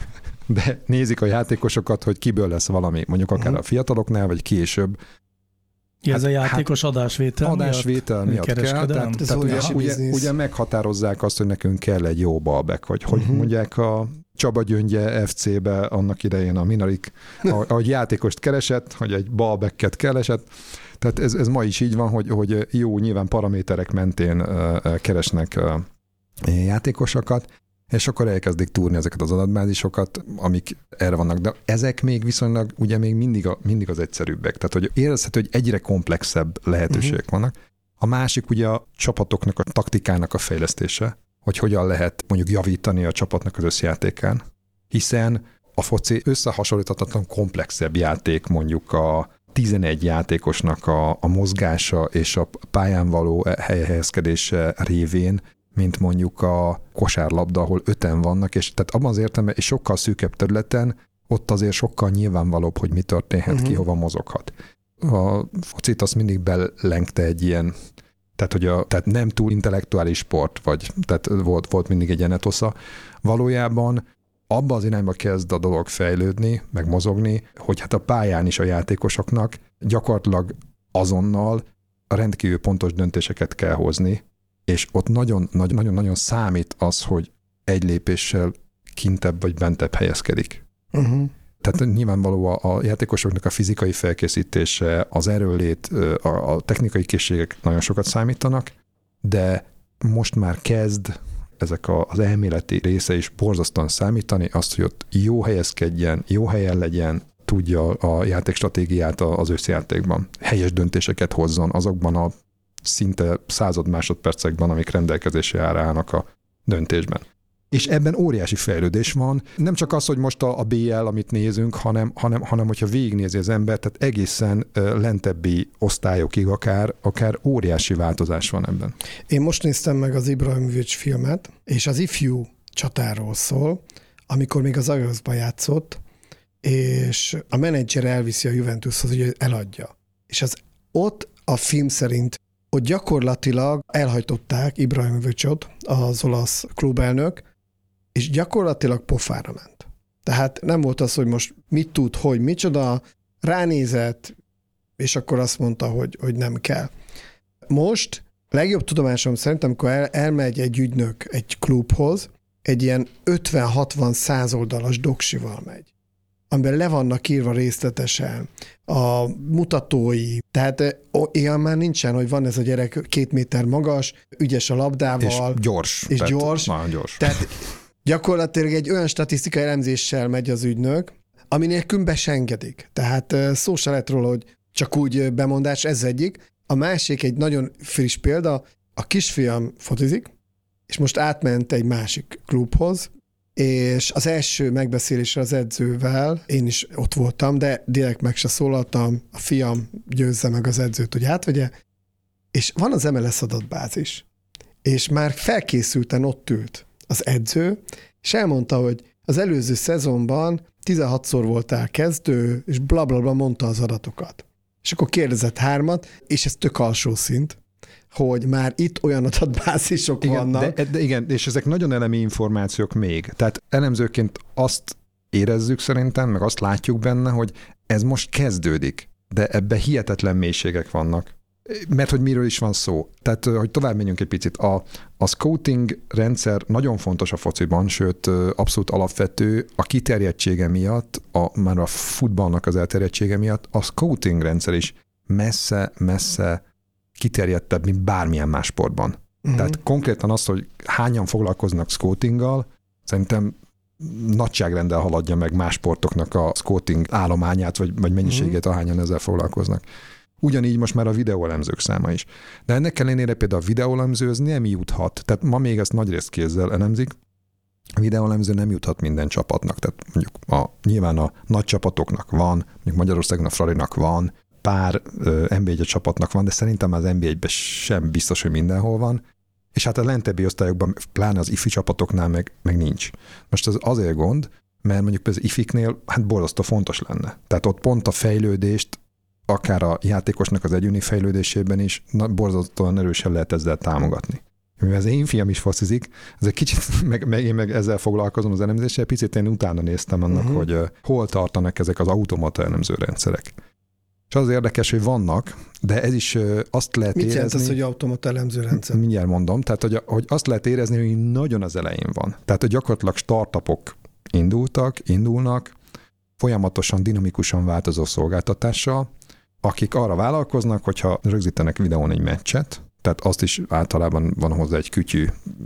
Speaker 2: de nézik a játékosokat, hogy kiből lesz valami, mondjuk akár uh-huh. a fiataloknál, vagy később.
Speaker 5: Ja, ez
Speaker 2: hát,
Speaker 5: a játékos hát adásvétel,
Speaker 2: adásvétel miatt, miatt kell. Tehát, tehát ugye, ugye, ugye meghatározzák azt, hogy nekünk kell egy jó balback, vagy hogy uh-huh. mondják a Csaba Gyöngye ef cé-be annak idején a Minarik, ahogy játékost keresett, hogy egy balbacket keresett. Tehát ez, ez ma is így van, hogy, hogy jó, nyilván paraméterek mentén uh, keresnek uh, játékosokat, és akkor elkezdik túrni ezeket az adatbázisokat, amik erre vannak. De ezek még viszonylag ugye még mindig, a, mindig az egyszerűbbek. Tehát, hogy érezhető, hogy egyre komplexebb lehetőségek uh-huh. vannak. A másik ugye a csapatoknak, a taktikának a fejlesztése, hogy hogyan lehet mondjuk javítani a csapatnak az összjátékán, hiszen a foci összehasonlíthatatlan komplexebb játék, mondjuk a tizenegy játékosnak a, a mozgása és a pályán való helyezkedése révén, mint mondjuk a kosárlabda, ahol öten vannak, és tehát abban az értelemben, és sokkal szűkebb területen, ott azért sokkal nyilvánvalóbb, hogy mi történhet, uh-huh. ki hova mozoghat. A focit azt mindig belengte egy ilyen, tehát, hogy a, tehát nem túl intellektuális sport, vagy tehát volt, volt mindig egy ilyen etosza. Valójában abba az irányba kezd a dolog fejlődni, meg mozogni, hogy hát a pályán is a játékosoknak gyakorlatilag azonnal rendkívül pontos döntéseket kell hozni, és ott nagyon-nagyon számít az, hogy egy lépéssel kintebb vagy bentebb helyezkedik. Uh-huh. Tehát nyilvánvaló a, a játékosoknak a fizikai felkészítése, az erőlét, a, a technikai készségek nagyon sokat számítanak, de most már kezd ezek a, az elméleti része is borzasztóan számítani, azt, hogy ott jó helyezkedjen, jó helyen legyen, tudja a játékstratégiát az összjátékban, helyes döntéseket hozzon azokban a szinte század másodpercekben, amik rendelkezésre állnak a döntésben. És ebben óriási fejlődés van. Nem csak az, hogy most a, a bé el, amit nézünk, hanem, hanem, hanem hogyha végignézi az ember, tehát egészen uh, lentebbi osztályokig akár, akár óriási változás van ebben.
Speaker 3: Én most néztem meg az Ibrahimovic filmet, és az ifjú csatáról szól, amikor még az Ajaxban játszott, és a menedzser elviszi a Juventushoz, hogy eladja. És az ott a film szerint ott gyakorlatilag elhajtották Ibrahimovicot, az olasz klubelnök, és gyakorlatilag pofára ment. Tehát nem volt az, hogy most mit tud, hogy micsoda, ránézett, és akkor azt mondta, hogy, hogy nem kell. Most legjobb tudomásom szerint, amikor el, elmegy egy ügynök egy klubhoz, egy ilyen ötven-hatvan száz oldalas doksival megy, amiben le vannak írva részletesen a mutatói, tehát olyan már nincsen, hogy van ez a gyerek két méter magas, ügyes a labdával.
Speaker 2: És gyors.
Speaker 3: És
Speaker 2: tehát
Speaker 3: gyors.
Speaker 2: Nagyon gyors.
Speaker 3: Tehát gyakorlatilag egy olyan statisztikai elemzéssel megy az ügynök, ami nélkül be se engedik. Tehát szó se lett róla, hogy csak úgy bemondás, ez egyik. A másik egy nagyon friss példa, a kisfiam focizik, és most átment egy másik klubhoz, és az első megbeszélésre az edzővel, én is ott voltam, de direkt meg se szólaltam, a fiam győzze meg az edzőt, hogy átvegye, és van az em el es adatbázis, és már felkészülten ott ült az edző, és elmondta, hogy az előző szezonban tizenhatszor voltál kezdő, és blablabla bla, bla, mondta az adatokat. És akkor kérdezett hármat, és ez tök alsó szint, hogy már itt olyan adatbázisok
Speaker 2: igen,
Speaker 3: vannak.
Speaker 2: De, de igen, és ezek nagyon elemi információk még. Tehát elemzőként azt érezzük szerintem, meg azt látjuk benne, hogy ez most kezdődik, de ebben hihetetlen mélységek vannak. Mert hogy miről is van szó. Tehát, hogy tovább menjünk egy picit. A, a scouting rendszer nagyon fontos a fociban, sőt, abszolút alapvető. A kiterjedtsége miatt, a, már a futballnak az elterjedtsége miatt, a scouting rendszer is messze-messze kiterjedtebb, mint bármilyen más sportban. Uh-huh. Tehát konkrétan az, hogy hányan foglalkoznak scoutinggal, szerintem nagyságrendel haladja meg más sportoknak a scouting állományát, vagy, vagy mennyiségét, uh-huh. ahányan ezzel foglalkoznak. Ugyanígy most már a videóelemzők száma is. De ennek ellenére például a videóelemző az nem juthat. Tehát ma még ezt nagyrészt kézzel elemzik. A videóelemző nem juthat minden csapatnak. Tehát mondjuk a, nyilván a nagy csapatoknak van, mondjuk Magyarországon a Fradinak van, pár en bé egy csapatnak van, de szerintem az en bé egyben sem biztos, hogy mindenhol van. És hát a lentebbi osztályokban, pláne az ifi csapatoknál meg, meg nincs. Most ez azért gond, mert mondjuk például az ifiknél hát borzasztó fontos lenne. Tehát ott pont a fejlődést, akár a játékosnak az egyéni fejlődésében is borzasztóan erősen lehet ezzel támogatni. Mivel az én fiam is focizik, ez egy kicsit, meg, meg én meg ezzel foglalkozom az elemzéssel, picit én utána néztem annak, uh-huh. hogy uh, hol tartanak ezek az automata elemző rendszerek. És az érdekes, hogy vannak, de ez is uh, azt lehet
Speaker 3: Mit
Speaker 2: érezni...
Speaker 3: Mit jelent az, hogy automata elemző rendszer?
Speaker 2: Mindjárt mondom, tehát hogy, hogy azt lehet érezni, hogy nagyon az elején van. Tehát, hogy gyakorlatilag startupok indultak, indulnak, folyamatosan, dinamikusan változó szolgáltatással, akik arra vállalkoznak, hogyha rögzítenek videón egy meccset, tehát azt is általában van hozzá egy kütyű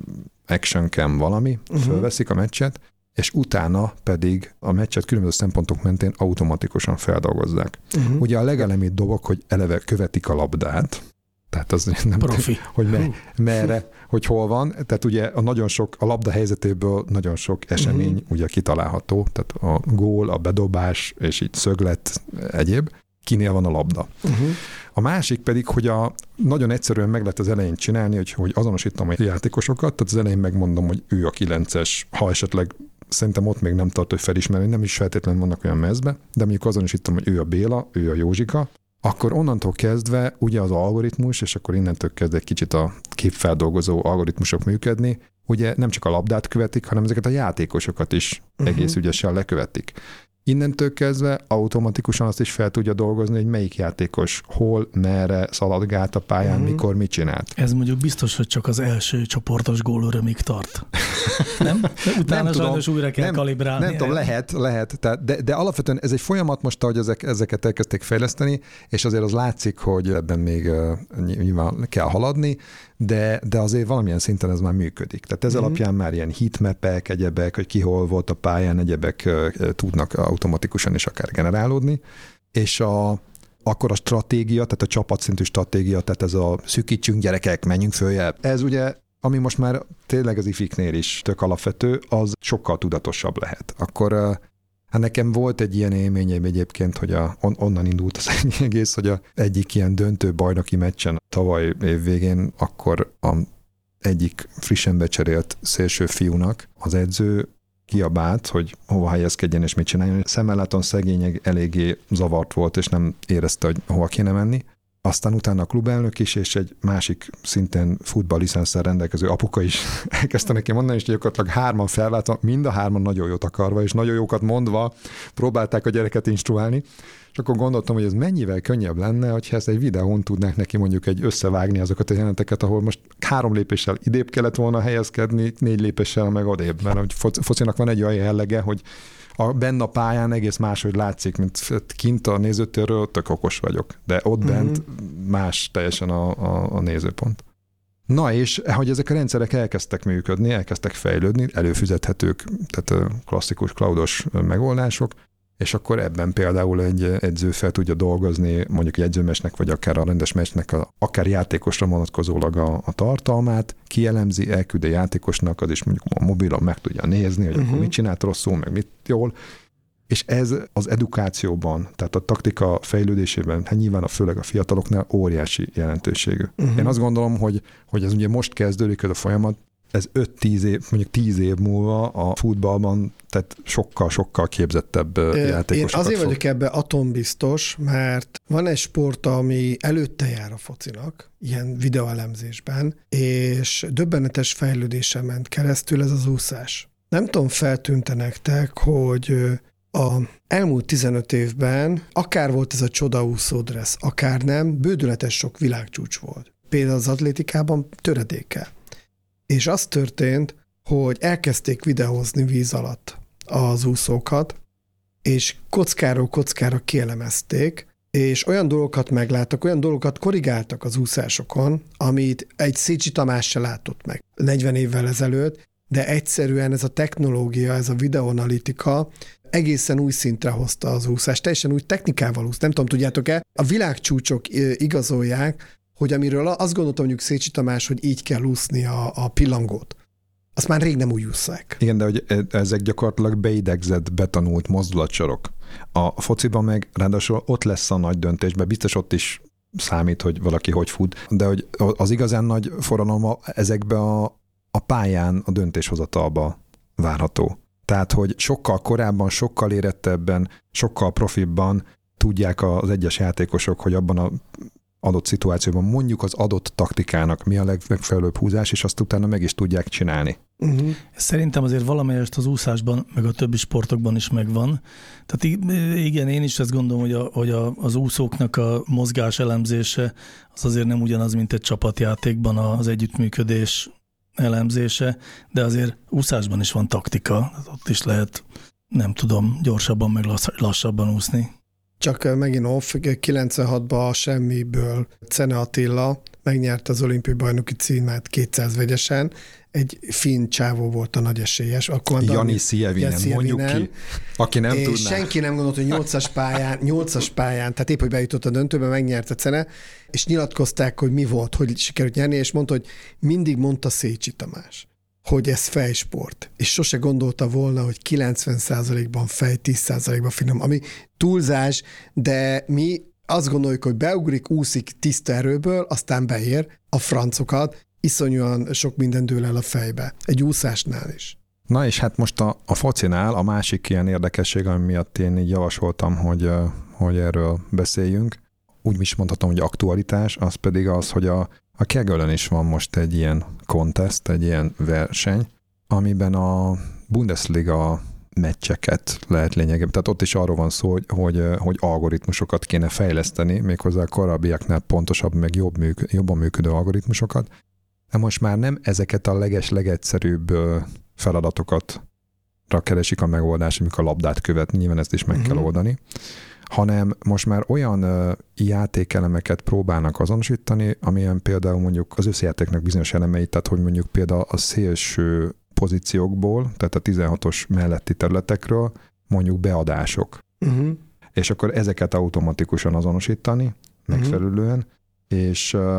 Speaker 2: action cam valami, uh-huh. fölveszik a meccset, és utána pedig a meccset különböző szempontok mentén automatikusan feldolgozzák. Uh-huh. Ugye a legelemibb dolog, hogy eleve követik a labdát, tehát az nem
Speaker 5: Profi.
Speaker 2: hogy me, merre, hogy hol van, tehát ugye a nagyon sok, a labda helyzetéből nagyon sok esemény uh-huh. ugye kitalálható, tehát a gól, a bedobás, és így szöglet, egyéb, kinél van a labda. Uh-huh. A másik pedig, hogy a, nagyon egyszerűen meg lehet az elején csinálni, hogy, hogy azonosítom a játékosokat, tehát az elején megmondom, hogy ő a kilences, ha esetleg szerintem ott még nem tart, hogy felismerni, nem is feltétlenül vannak olyan mezbe, de mondjuk azonosítom, hogy ő a Béla, ő a Józsika, akkor onnantól kezdve ugye az algoritmus, és akkor innentől kezd egy kicsit a képfeldolgozó algoritmusok működni, ugye nem csak a labdát követik, hanem ezeket a játékosokat is uh-huh. egész ügyesen lekövetik. Innentől kezdve automatikusan azt is fel tudja dolgozni, hogy melyik játékos hol, merre szaladgált a pályán, uh-huh. mikor mit csinált.
Speaker 5: Ez mondjuk biztos, hogy csak az első csoportos gól örömig tart. Nem? De utána nem sajnos tudom, újra kell
Speaker 2: nem,
Speaker 5: kalibrálni.
Speaker 2: Nem tudom, lehet, lehet. Tehát, de, de alapvetően ez egy folyamat most, ahogy ezek, ezeket elkezdték fejleszteni, és azért az látszik, hogy ebben még uh, nyilván kell haladni, de, de azért valamilyen szinten ez már működik. Tehát ez uh-huh. alapján már ilyen heatmapek, egyebek, hogy ki hol volt a pályán, egyebek uh, tudnak automatikusan is akár generálódni, és a, akkor a stratégia, tehát a csapatszintű stratégia, tehát ez a szűkítsünk gyerekek, menjünk följebb. Ez ugye ami most már tényleg az ifiknél is tök alapvető, az sokkal tudatosabb lehet. Akkor hát nekem volt egy ilyen élményem egyébként, hogy a, on, onnan indult az egész, hogy a egyik ilyen döntő bajnoki meccsen tavaly év végén, akkor a egyik frissen becserélt szélső fiúnak az edző kiabált, hogy hova helyezkedjen és mit csináljon. Szemmelláton szegény eléggé zavart volt, és nem érezte, hogy hova kéne menni. Aztán utána a klubelnök is, és egy másik szinten futballicenszel rendelkező apuka is elkezdte neki mondani, és gyakorlatilag hárman felváltva, mind a hárman nagyon jót akarva, és nagyon jókat mondva próbálták a gyereket instruálni, és akkor gondoltam, hogy ez mennyivel könnyebb lenne, hogyha ezt egy videón tudnák neki mondjuk egy összevágni azokat a jeleneteket, ahol most három lépéssel idébb kellett volna helyezkedni, négy lépéssel meg odébb, mert hogy focinak van egy olyan jellege, hogy a, benne a pályán egész máshogy látszik, mint kint a nézőtérről, tök okos vagyok, de ott mm-hmm. bent más teljesen a, a, a nézőpont. Na és, hogy ezek a rendszerek elkezdtek működni, elkezdtek fejlődni, előfizethetők, tehát klasszikus cloudos megoldások, és akkor ebben például egy edző fel tudja dolgozni mondjuk egy edzőmesnek, vagy akár a rendes mesnek, a, akár játékosra vonatkozólag a, a tartalmát, kielemzi, elküld a játékosnak, az is mondjuk a mobilon meg tudja nézni, hogy uh-huh. akkor mit csinált rosszul, meg mit jól. És ez az edukációban, tehát a taktika fejlődésében, hát nyilván a, főleg a fiataloknál óriási jelentőségű. Uh-huh. Én azt gondolom, hogy, hogy ez ugye most kezdődik ez a folyamat, ez öt-tíz év, mondjuk tíz év múlva a futballban, tehát sokkal-sokkal képzettebb játékosokat
Speaker 3: Én azért
Speaker 2: fog.
Speaker 3: vagyok ebben atombiztos, mert van egy sport, ami előtte jár a focinak, ilyen videóelemzésben, és döbbenetes fejlődésen ment keresztül ez az úszás. Nem tudom, feltűnte nektek, hogy a elmúlt tizenöt évben akár volt ez a csodaúszó dressz, akár nem, bődületes sok világcsúcs volt. Például az atlétikában töredékkel. És az történt, hogy elkezdték videózni víz alatt az úszókat, és kockáról kockára kielemezték, és olyan dolgokat megláttak, olyan dolgokat korrigáltak az úszásokon, amit egy Szécsi Tamás se látott meg negyven évvel ezelőtt, de egyszerűen ez a technológia, ez a videoanalitika egészen új szintre hozta az úszást, teljesen új technikával úsz. Nem tudom, tudjátok-e? A világcsúcsok igazolják, hogy amiről azt gondoltam mondjuk Szécsi Tamás, hogy így kell úszni a, a pillangót, azt már rég nem úgy ússzák.
Speaker 2: Igen, de hogy ezek gyakorlatilag beidegzett, betanult mozdulatsorok. A fociban meg ráadásul ott lesz a nagy döntésben, biztos ott is számít, hogy valaki hogy fut, de hogy az igazán nagy forradalom ezekbe a, a pályán, a döntéshozatalba várható. Tehát, hogy sokkal korábban, sokkal érettebben, sokkal profibban tudják az egyes játékosok, hogy abban a adott szituációban mondjuk az adott taktikának mi a legmegfelelőbb húzás, és azt utána meg is tudják csinálni.
Speaker 5: Uh-huh. Szerintem azért valamelyest az úszásban, meg a többi sportokban is megvan. Tehát igen, én is ezt gondolom, hogy, a, hogy a, az úszóknak a mozgás elemzése az azért nem ugyanaz, mint egy csapatjátékban az együttműködés elemzése, de azért úszásban is van taktika, ott is lehet, nem tudom, gyorsabban meg lassabban úszni.
Speaker 3: Csak megint off, kilencvenhatban a semmiből Czene Attila megnyerte az olimpiai bajnoki címet kétszáz vegyesen, egy finn csávó volt a nagy esélyes.
Speaker 2: Jani Sievinen, mondjuk ki, aki nem
Speaker 3: és
Speaker 2: tudná.
Speaker 3: senki nem gondolt, hogy nyolcas pályán, nyolcas pályán, tehát épp, hogy bejutott a döntőbe, megnyerte Czene, és nyilatkozták, hogy mi volt, hogy sikerült nyerni, és mondta, hogy mindig mondta Szécsi Tamás, hogy ez fejsport, és sose gondolta volna, hogy kilencven százalékban fej, tíz százalékban finom, ami túlzás, de mi azt gondoljuk, hogy beugrik, úszik tiszta erőből, aztán beér a francokat, iszonyúan sok minden dől el a fejbe, egy úszásnál is.
Speaker 2: Na és hát most a, a focinál a másik ilyen érdekesség, ami miatt én így javasoltam, hogy, hogy erről beszéljünk, úgy is mondhatom, hogy aktualitás, az pedig az, hogy a A Kegelen is van most egy ilyen contest, egy ilyen verseny, amiben a Bundesliga meccseket lehet lényegében. Tehát ott is arról van szó, hogy, hogy, hogy algoritmusokat kéne fejleszteni, méghozzá a korábbiaknál pontosabb, meg jobb műk, jobban működő algoritmusokat. De most már nem ezeket a leges-legegyszerűbb feladatokat keresik a megoldás, amikor a labdát követni, nyilván ezt is meg uh-huh. kell oldani, hanem most már olyan uh, játékelemeket próbálnak azonosítani, amilyen például mondjuk az összejátéknak bizonyos elemeit, tehát hogy mondjuk például a szélső pozíciókból, tehát a tizenhatos melletti területekről mondjuk beadások. Uh-huh. És akkor ezeket automatikusan azonosítani, megfelelően, uh-huh. és uh,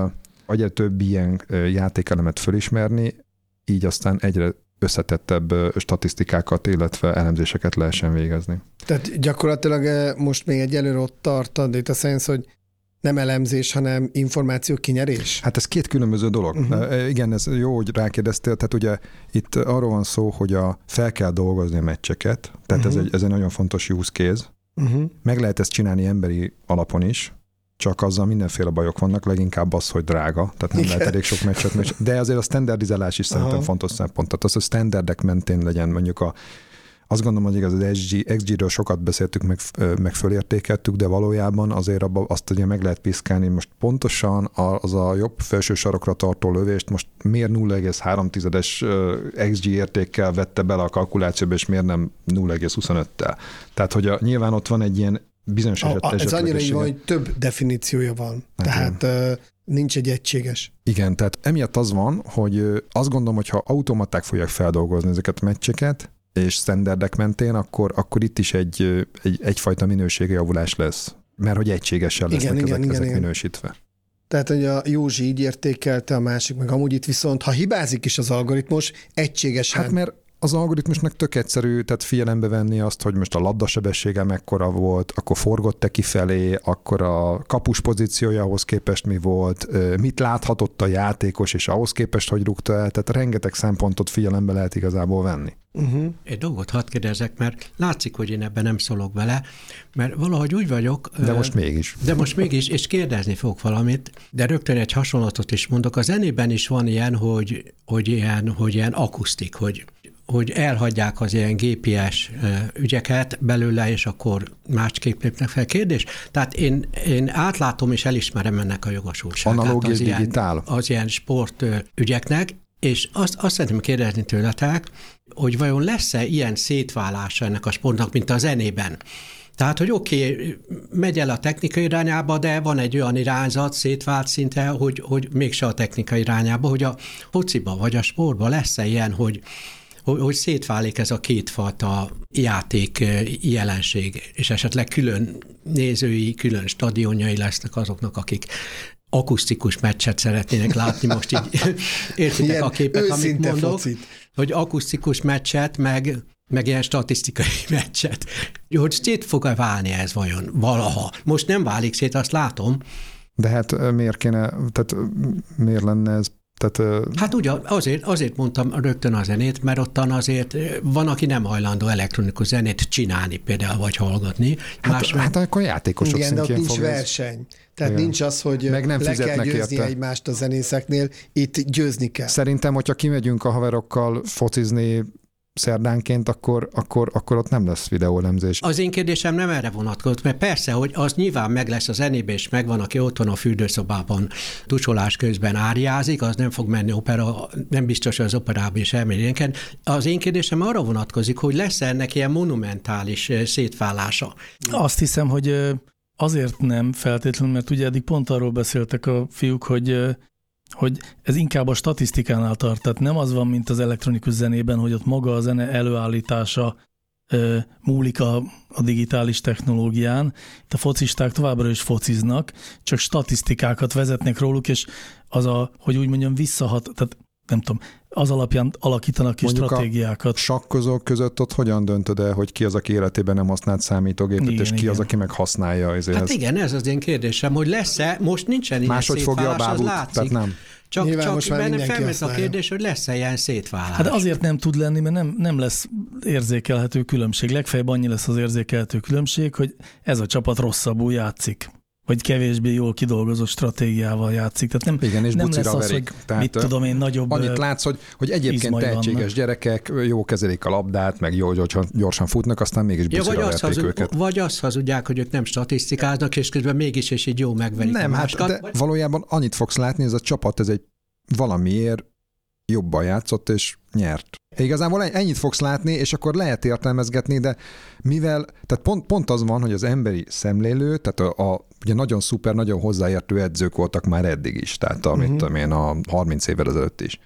Speaker 2: egyre több ilyen játékelemet fölismerni, így aztán egyre összetettebb statisztikákat, illetve elemzéseket lehessen végezni.
Speaker 3: Tehát gyakorlatilag most még egyelőre ott tart a data science, hogy nem elemzés, hanem információ kinyerés?
Speaker 2: Hát ez két különböző dolog. Uh-huh. Igen, ez jó, hogy rákérdeztél. Tehát ugye itt arról van szó, hogy a, fel kell dolgozni a meccseket, tehát uh-huh. ez, egy, ez egy nagyon fontos use case. Uh-huh. Meg lehet ezt csinálni emberi alapon is, csak azzal mindenféle bajok vannak, leginkább az, hogy drága, tehát nem Igen. lehet elég sok meccset, meccs, de azért a standardizálás is szerintem Aha. fontos szempont. Tehát az, hogy standardek mentén legyen mondjuk a azt gondolom, hogy igaz, az exg ről sokat beszéltük, meg, meg fölértékeltük, de valójában azért abba, azt ugye meg lehet piszkálni. Most pontosan az a jobb felső sarokra tartó lövést most miért nulla egész három es exg értékkel vette bele a kalkulációba, és miért nem nulla egész huszonöttel. Tehát, hogy a, nyilván ott van egy ilyen bizonyos
Speaker 3: eset. A, a, ez annyira így van, hogy több definíciója van. Hát tehát uh, nincs egy egységes.
Speaker 2: Igen, tehát emiatt az van, hogy azt gondolom, hogy ha automaták fogják feldolgozni ezeket a meccseket, és standardek mentén, akkor, akkor itt is egy, egy, egyfajta minőségi javulás lesz. Mert hogy egységesen lesznek igen, ezek, igen, ezek igen, minősítve.
Speaker 3: Tehát, hogy a Józsi így értékelte, a másik meg amúgy itt viszont, ha hibázik is az algoritmus, egységesen.
Speaker 2: Hát mert az algoritmusnak tök egyszerű, tehát figyelembe venni azt, hogy most a labdasebessége mekkora volt, akkor forgott-e kifelé, akkor a kapus pozíciója ahhoz képest mi volt, mit láthatott a játékos, és ahhoz képest, hogy rúgta el, tehát rengeteg szempontot figyelembe lehet igazából venni.
Speaker 6: Uh-huh. Egy dolgot hadd kérdezzek, mert látszik, hogy én ebben nem szólok bele, mert valahogy úgy vagyok...
Speaker 2: De most mégis.
Speaker 6: De most mégis, és kérdezni fogok valamit, de rögtön egy hasonlatot is mondok. A zenében is van ilyen, hogy, hogy ilyen, hogy ilyen akusztik, hogy hogy elhagyják az ilyen gé pé es ügyeket belőle, és akkor másképp lépnek fel. Kérdés? Tehát én, én átlátom és elismerem ennek a jogosultságát.
Speaker 2: Analóg és
Speaker 6: ilyen,
Speaker 2: digitál.
Speaker 6: Az ilyen sport ügyeknek, és azt, azt szeretném kérdezni tőletek, hogy vajon lesz-e ilyen szétválása ennek a sportnak, mint a zenében? Tehát, hogy oké, okay, megy el a technikai irányába, de van egy olyan irányzat, szétvált szinte, hogy, hogy mégse a technikai irányába, hogy a fociba vagy a sportban lesz-e ilyen, hogy hogy szétválik ez a kétfajta játék jelenség, és esetleg külön nézői, külön stadionjai lesznek azoknak, akik akusztikus meccset szeretnének látni, most így értitek ilyen a képet, amit mondok, focit. Hogy akusztikus meccset, meg, meg ilyen statisztikai meccset. Hogy szét fog-e válni ez vajon valaha? Most nem válik szét, azt látom.
Speaker 2: De hát miért kéne, tehát miért lenne ez? Tehát,
Speaker 6: hát ugye azért, azért mondtam rögtön a zenét, mert ottan azért van, aki nem hajlandó elektronikus zenét csinálni például, vagy hallgatni.
Speaker 2: Hát, Más hát meg... akkor játékosok
Speaker 3: igen, de ott nincs verseny. Ez... Tehát igen. nincs az, hogy meg nem le kell győzni érte. Egymást a zenészeknél, itt győzni kell.
Speaker 2: Szerintem, hogyha kimegyünk a haverokkal focizni szerdánként, akkor, akkor, akkor ott nem lesz videólemzés.
Speaker 6: Az én kérdésem nem erre vonatkozott, mert persze, hogy az nyilván meg lesz a zenében, és megvan, aki otthon a fürdőszobában tusolás közben áriázik, az nem fog menni opera, nem biztos, hogy az operában is elmegy. Az én kérdésem arra vonatkozik, hogy lesz ennek ilyen monumentális szétválása.
Speaker 5: Azt hiszem, hogy azért nem feltétlenül, mert ugye eddig pont arról beszéltek a fiúk, hogy hogy ez inkább a statisztikánál tart, tehát nem az van, mint az elektronikus zenében, hogy ott maga a zene előállítása ö, múlik a, a digitális technológián. Itt a focisták továbbra is fociznak, csak statisztikákat vezetnek róluk, és az a, hogy úgy mondjam, visszahat, tehát nem tudom, az alapján alakítanak ki mondjuk stratégiákat.
Speaker 2: A sakkozók között ott hogyan döntöd el, hogy ki az, aki életében nem használt számítógépet, igen, és ki igen. az, aki meg használja?
Speaker 6: Ezért hát ez... igen, ez az én kérdésem, hogy lesz-e, most nincsen ilyen
Speaker 2: máshogy fogja a bábút, tehát nem.
Speaker 6: Csak, Nyilván csak most benne felmerül a kérdés, hogy lesz-e ilyen szétválás.
Speaker 5: Hát azért nem tud lenni, mert nem, nem lesz érzékelhető különbség. Legfeljebb annyi lesz az érzékelhető különbség, hogy ez a csapat rosszabbul játszik, vagy kevésbé jól kidolgozott stratégiával játszik. Tehát nem,
Speaker 2: igen, és
Speaker 5: nem
Speaker 2: lesz az,
Speaker 5: verik. Hogy Tehát mit tudom én, nagyobb
Speaker 2: annyit látsz, hogy, hogy egyébként tehetséges vannak. Gyerekek jó kezelik a labdát, meg jó gyorsan, gyorsan futnak, aztán mégis bucira ja, verték őket.
Speaker 6: Vagy azt hazudják, hogy ők nem statisztikáznak, és közben mégis és így jó megverik
Speaker 2: nem, a hát, de vagy... valójában annyit fogsz látni, ez a csapat, ez egy valamiért jobban játszott, és nyert. Igazából ennyit fogsz látni, és akkor lehet értelmezgetni, de mivel, tehát pont, pont az van, hogy az emberi szemlélő, tehát a, a ugye nagyon szuper, nagyon hozzáértő edzők voltak már eddig is, tehát amit uh-huh. én a harminc évvel ezelőtt is.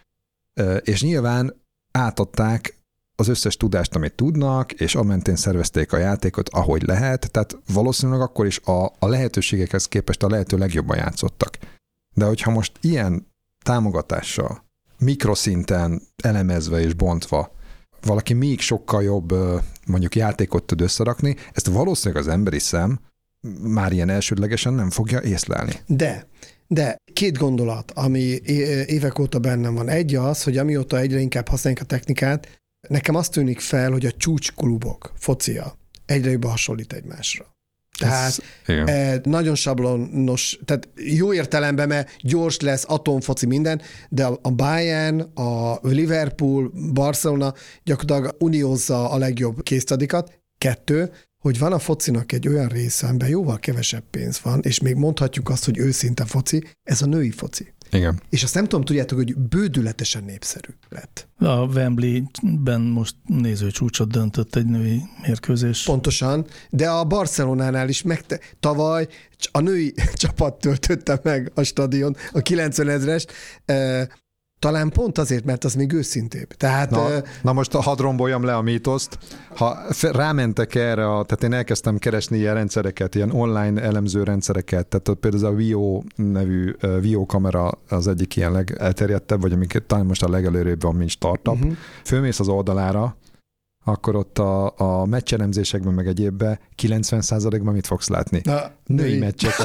Speaker 2: És nyilván átadták az összes tudást, amit tudnak, és amentén szervezték a játékot, ahogy lehet, tehát valószínűleg akkor is a, a lehetőségekhez képest a lehető legjobban játszottak. De hogyha most ilyen támogatással, mikroszinten elemezve és bontva valaki még sokkal jobb mondjuk játékot tud összerakni, ezt valószínűleg az emberi szem már ilyen elsődlegesen nem fogja észlelni.
Speaker 3: De, de két gondolat, ami évek óta bennem van. Egy az, hogy amióta egyre inkább használjuk a technikát, nekem azt tűnik fel, hogy a csúcsklubok focia egyre jobban hasonlít egymásra. Tehát ez, nagyon sablonos, tehát jó értelemben, mert gyors lesz, atomfoci minden, de a Bayern, a Liverpool, Barcelona gyakorlatilag uniózza a legjobb késztadikat. Kettő, hogy van a focinak egy olyan része, amiben jóval kevesebb pénz van, és még mondhatjuk azt, hogy őszinte foci, ez a női foci.
Speaker 2: Igen.
Speaker 3: És azt nem tudom, tudjátok, hogy bődületesen népszerű lett.
Speaker 5: A Wembley-ben most nézőcsúcsot döntött egy női mérkőzés.
Speaker 3: Pontosan, de a Barcelonánál is meg tavaly a női csapat töltötte meg a stadion, a kilencvenezrest, talán pont azért, mert az még őszintébb. Tehát,
Speaker 2: na,
Speaker 3: uh,
Speaker 2: na most hadd romboljam le a mítoszt. Ha rámentek erre, a, tehát én elkezdtem keresni ilyen rendszereket, ilyen online elemző rendszereket, tehát például az a Vio nevű uh, Vio kamera az egyik ilyen legelterjedtebb, vagy amiket talán most a legelőrébb van, mint startup. Uh-huh. Fölmész az oldalára, akkor ott a, a meccselemzésekben meg egyébben kilencven százalékban mit fogsz látni? Na, női, női meccseket.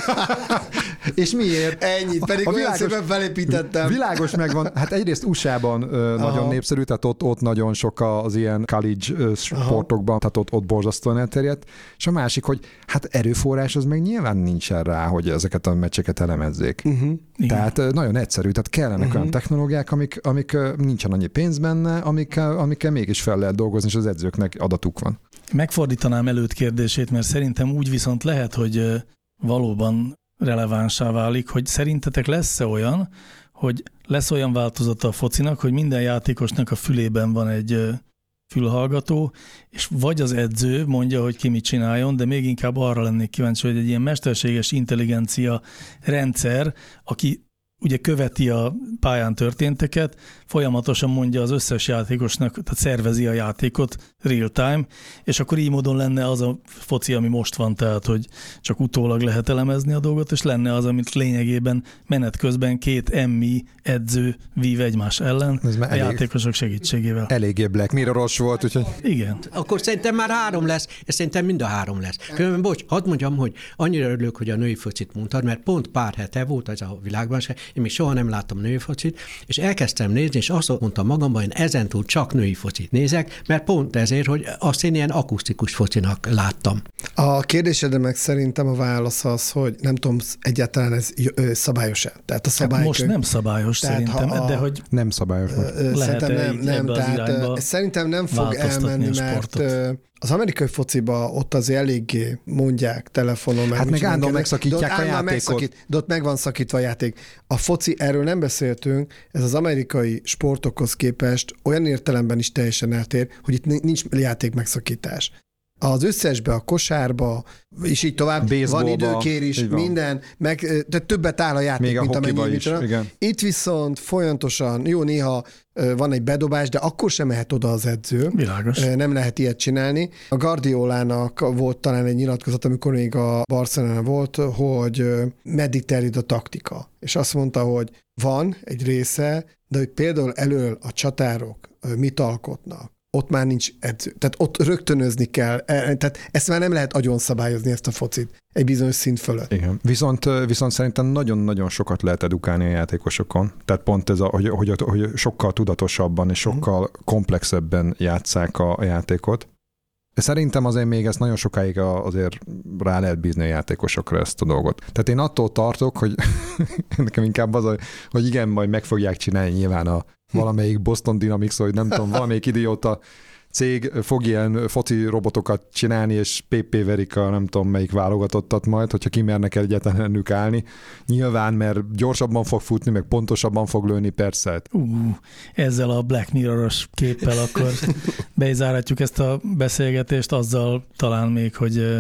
Speaker 2: És miért?
Speaker 3: Ennyit, pedig olyan szépen felépítettem.
Speaker 2: Világos megvan. Hát egyrészt u es á-ban ö, nagyon népszerű, tehát ott, ott nagyon sok az ilyen college ö, sportokban, tehát ott, ott borzasztóan elterjedt. És a másik, hogy hát erőforrás az meg nyilván nincsen rá, hogy ezeket a meccseket elemezzék. Uh-huh. Tehát ö, nagyon egyszerű, tehát kellenek uh-huh. olyan technológiák, amik, amik ö, nincsen annyi pénz benne, amikkel, amikkel mégis fel lehet dolgozni, és az edzőknek adatuk van.
Speaker 5: Megfordítanám előtt kérdését, mert szerintem úgy viszont lehet, hogy valóban relevánsá válik, hogy szerintetek lesz-e olyan, hogy lesz olyan változata a focinak, hogy minden játékosnak a fülében van egy fülhallgató, és vagy az edző mondja, hogy ki mit csináljon, de még inkább arra lennék kíváncsi, hogy egy ilyen mesterséges intelligencia rendszer, aki ugye követi a pályán történteket, folyamatosan mondja az összes játékosnak, tehát szervezi a játékot real time, és akkor így módon lenne az a foci, ami most van, tehát hogy csak utólag lehet elemezni a dolgot, és lenne az, amit lényegében menet közben két emmi edző vív egymás ellen a elég, játékosok segítségével.
Speaker 2: Eléggé Black Mirror-os volt, úgyhogy...
Speaker 5: Igen.
Speaker 6: Akkor szerintem már három lesz, és szerintem mind a három lesz. Különben, bocs, hadd mondjam, hogy annyira örülök, hogy a női focit mondtad, mert pont pár hete volt ez a világban, én még soha nem láttam női focit, és elkezdtem nézni, és azt mondtam magamban, hogy ezentúl csak női focit nézek, mert pont ezért, hogy azt én ilyen akusztikus focinak láttam.
Speaker 3: A kérdésedre meg szerintem a válasz az, hogy nem tudom, egyáltalán ez szabályos-e. Tehát a szabály...
Speaker 5: Hát most nem szabályos szerintem, a, de hogy...
Speaker 2: Nem szabályos.
Speaker 3: Szerintem nem, nem tehát szerintem nem fog elmenni, mert az amerikai fociba ott azért eléggé mondják telefonon.
Speaker 2: Hát meg állandóan megszakítják a játékot.
Speaker 3: Megszakít, de ott meg van szakítva a játék. A foci, erről nem beszéltünk, ez az amerikai sportokhoz képest olyan értelemben is teljesen eltér, hogy itt nincs játék megszakítás. Az összesbe, a kosárba, és így tovább, van időkérés, minden, meg, tehát többet áll a játék,
Speaker 2: még
Speaker 3: mint
Speaker 2: amennyi. Is,
Speaker 3: itt viszont folyamatosan, jó, néha van egy bedobás, de akkor sem mehet oda az edző.
Speaker 5: Világos.
Speaker 3: Nem lehet ilyet csinálni. A Guardiolának volt talán egy nyilatkozat, amikor még a Barcelona volt, hogy meddig terjed a taktika. És azt mondta, hogy van egy része, de hogy például elől a csatárok mit alkotnak, ott már nincs edző. Tehát ott rögtönözni kell. Tehát ezt már nem lehet agyon szabályozni, ezt a focit egy bizonyos szint fölött.
Speaker 2: Igen. Viszont, viszont szerintem nagyon-nagyon sokat lehet edukálni a játékosokon. Tehát pont ez, a, hogy, hogy, hogy sokkal tudatosabban és sokkal komplexebben játsszák a, a játékot. Szerintem azért még ezt nagyon sokáig azért rá lehet bízni a játékosokra ezt a dolgot. Tehát én attól tartok, hogy nekem inkább az, hogy igen, majd meg fogják csinálni nyilván a valamelyik Boston Dynamics, hogy nem tudom, valamelyik idióta cég fog ilyen foci robotokat csinálni, és pé pé verik a nem tudom melyik válogatottat majd, hogyha kimernek egyáltalán ennük állni. Nyilván, mert gyorsabban fog futni, meg pontosabban fog lőni, persze.
Speaker 5: Uh, ezzel a Black Mirror-os képpel akkor bezáratjuk ezt a beszélgetést, azzal talán még, hogy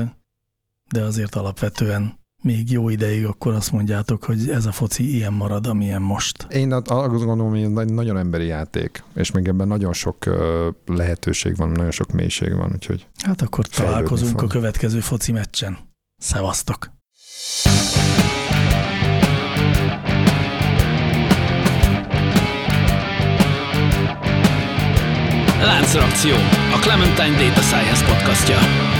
Speaker 5: de azért alapvetően még jó ideig akkor azt mondjátok, hogy ez a foci ilyen marad, amilyen most.
Speaker 2: Én azt gondolom, hogy ez egy nagyon emberi játék, és még ebben nagyon sok lehetőség van, nagyon sok mélység van, úgyhogy...
Speaker 5: Hát akkor találkozunk fog. a következő foci meccsen. Szevasztok!
Speaker 1: Láncreakció, a Clementine Data Science podcastja.